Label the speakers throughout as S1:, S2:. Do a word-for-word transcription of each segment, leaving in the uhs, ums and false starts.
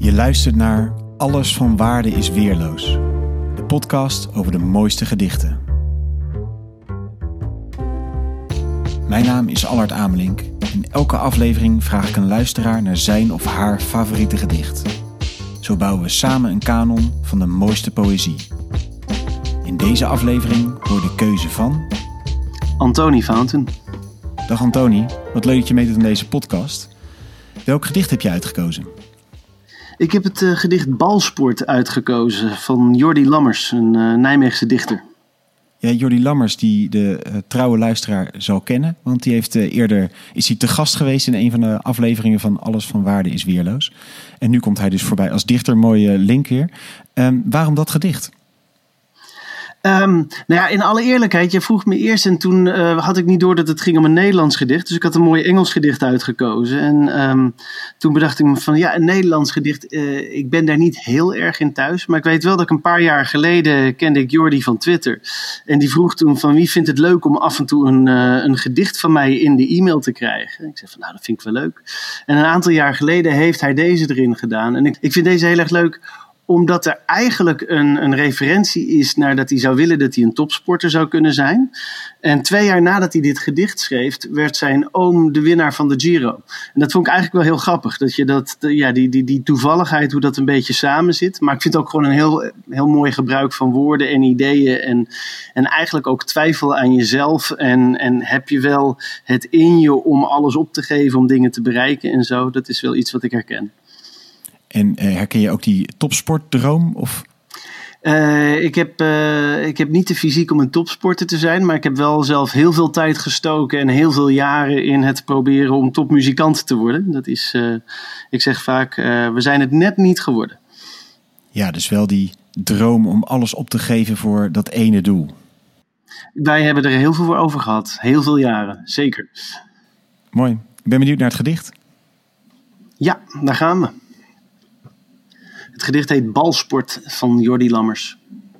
S1: Je luistert naar Alles van Waarde is Weerloos. De podcast over de mooiste gedichten. Mijn naam is Allard Amelink. In elke aflevering vraag ik een luisteraar naar zijn of haar favoriete gedicht. Zo bouwen we samen een kanon van de mooiste poëzie. In deze aflevering hoor de keuze van...
S2: Antoni Fountain.
S1: Dag Antoni, wat leuk dat je meedoet aan deze podcast. Welk gedicht heb je uitgekozen?
S2: Ik heb het uh, gedicht Balsport uitgekozen van Jordi Lammers, een uh, Nijmeegse dichter.
S1: Ja, Jordi Lammers, die de uh, trouwe luisteraar zal kennen. Want die heeft uh, eerder is hij te gast geweest in een van de afleveringen van Alles van Waarde is Weerloos. En nu komt hij dus voorbij als dichter, mooie link weer. Um, waarom dat gedicht?
S2: Um, nou ja, in alle eerlijkheid, je vroeg me eerst en toen uh, had ik niet door dat het ging om een Nederlands gedicht. Dus ik had een mooi Engels gedicht uitgekozen. En um, toen bedacht ik me van ja, een Nederlands gedicht, uh, ik ben daar niet heel erg in thuis. Maar ik weet wel dat ik een paar jaar geleden kende ik Jordi van Twitter. En die vroeg toen van wie vindt het leuk om af en toe een, uh, een gedicht van mij in de e-mail te krijgen. Ik zei van nou, dat vind ik wel leuk. En een aantal jaar geleden heeft hij deze erin gedaan. En ik, ik vind deze heel erg leuk, omdat er eigenlijk een, een referentie is naar dat hij zou willen dat hij een topsporter zou kunnen zijn. En twee jaar nadat hij dit gedicht schreef, werd zijn oom de winnaar van de Giro. En dat vond ik eigenlijk wel heel grappig. Dat je dat, ja, die, die, die toevalligheid, hoe dat een beetje samen zit. Maar ik vind het ook gewoon een heel, heel mooi gebruik van woorden en ideeën. En, en eigenlijk ook twijfel aan jezelf. En, en heb je wel het in je om alles op te geven, om dingen te bereiken en zo. Dat is wel iets wat ik herken.
S1: En uh, herken je ook die topsportdroom? Of?
S2: Uh, ik, heb, uh, ik heb niet de fysiek om een topsporter te zijn, maar ik heb wel zelf heel veel tijd gestoken en heel veel jaren in het proberen om topmuzikant te worden. Dat is, uh, ik zeg vaak, uh, we zijn het net niet geworden.
S1: Ja, dus wel die droom om alles op te geven voor dat ene doel.
S2: Wij hebben er heel veel voor over gehad. Heel veel jaren, zeker.
S1: Mooi. Ik ben benieuwd naar het gedicht.
S2: Ja, daar gaan we. Het gedicht heet Balsport van Jordi Lammers.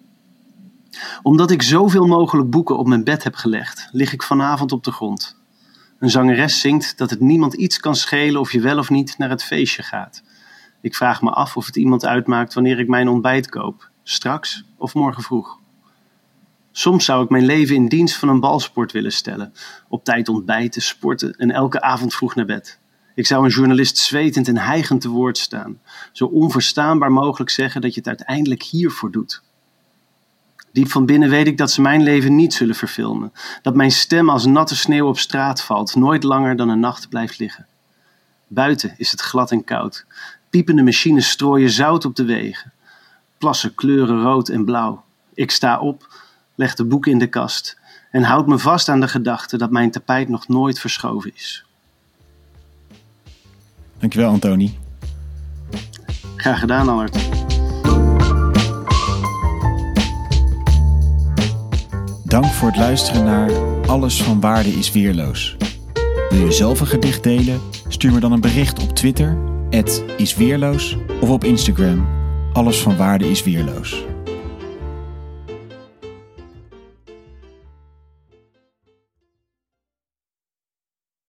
S2: Omdat ik zoveel mogelijk boeken op mijn bed heb gelegd, lig ik vanavond op de grond. Een zangeres zingt dat het niemand iets kan schelen of je wel of niet naar het feestje gaat. Ik vraag me af of het iemand uitmaakt wanneer ik mijn ontbijt koop. Straks of morgen vroeg. Soms zou ik mijn leven in dienst van een balsport willen stellen. Op tijd ontbijten, sporten en elke avond vroeg naar bed. Ik zou een journalist zwetend en hijgend te woord staan. Zo onverstaanbaar mogelijk zeggen dat je het uiteindelijk hiervoor doet. Diep van binnen weet ik dat ze mijn leven niet zullen verfilmen. Dat mijn stem als natte sneeuw op straat valt, nooit langer dan een nacht blijft liggen. Buiten is het glad en koud. Piepende machines strooien zout op de wegen. Plassen kleuren rood en blauw. Ik sta op, leg de boeken in de kast en houd me vast aan de gedachte dat mijn tapijt nog nooit verschoven is.
S1: Dankjewel, Antoni.
S2: Graag gedaan, Allard.
S1: Dank voor het luisteren naar Alles van Waarde is Weerloos. Wil je zelf een gedicht delen? Stuur me dan een bericht op Twitter, at isweerloos, of op Instagram, Alles van Waarde is Weerloos.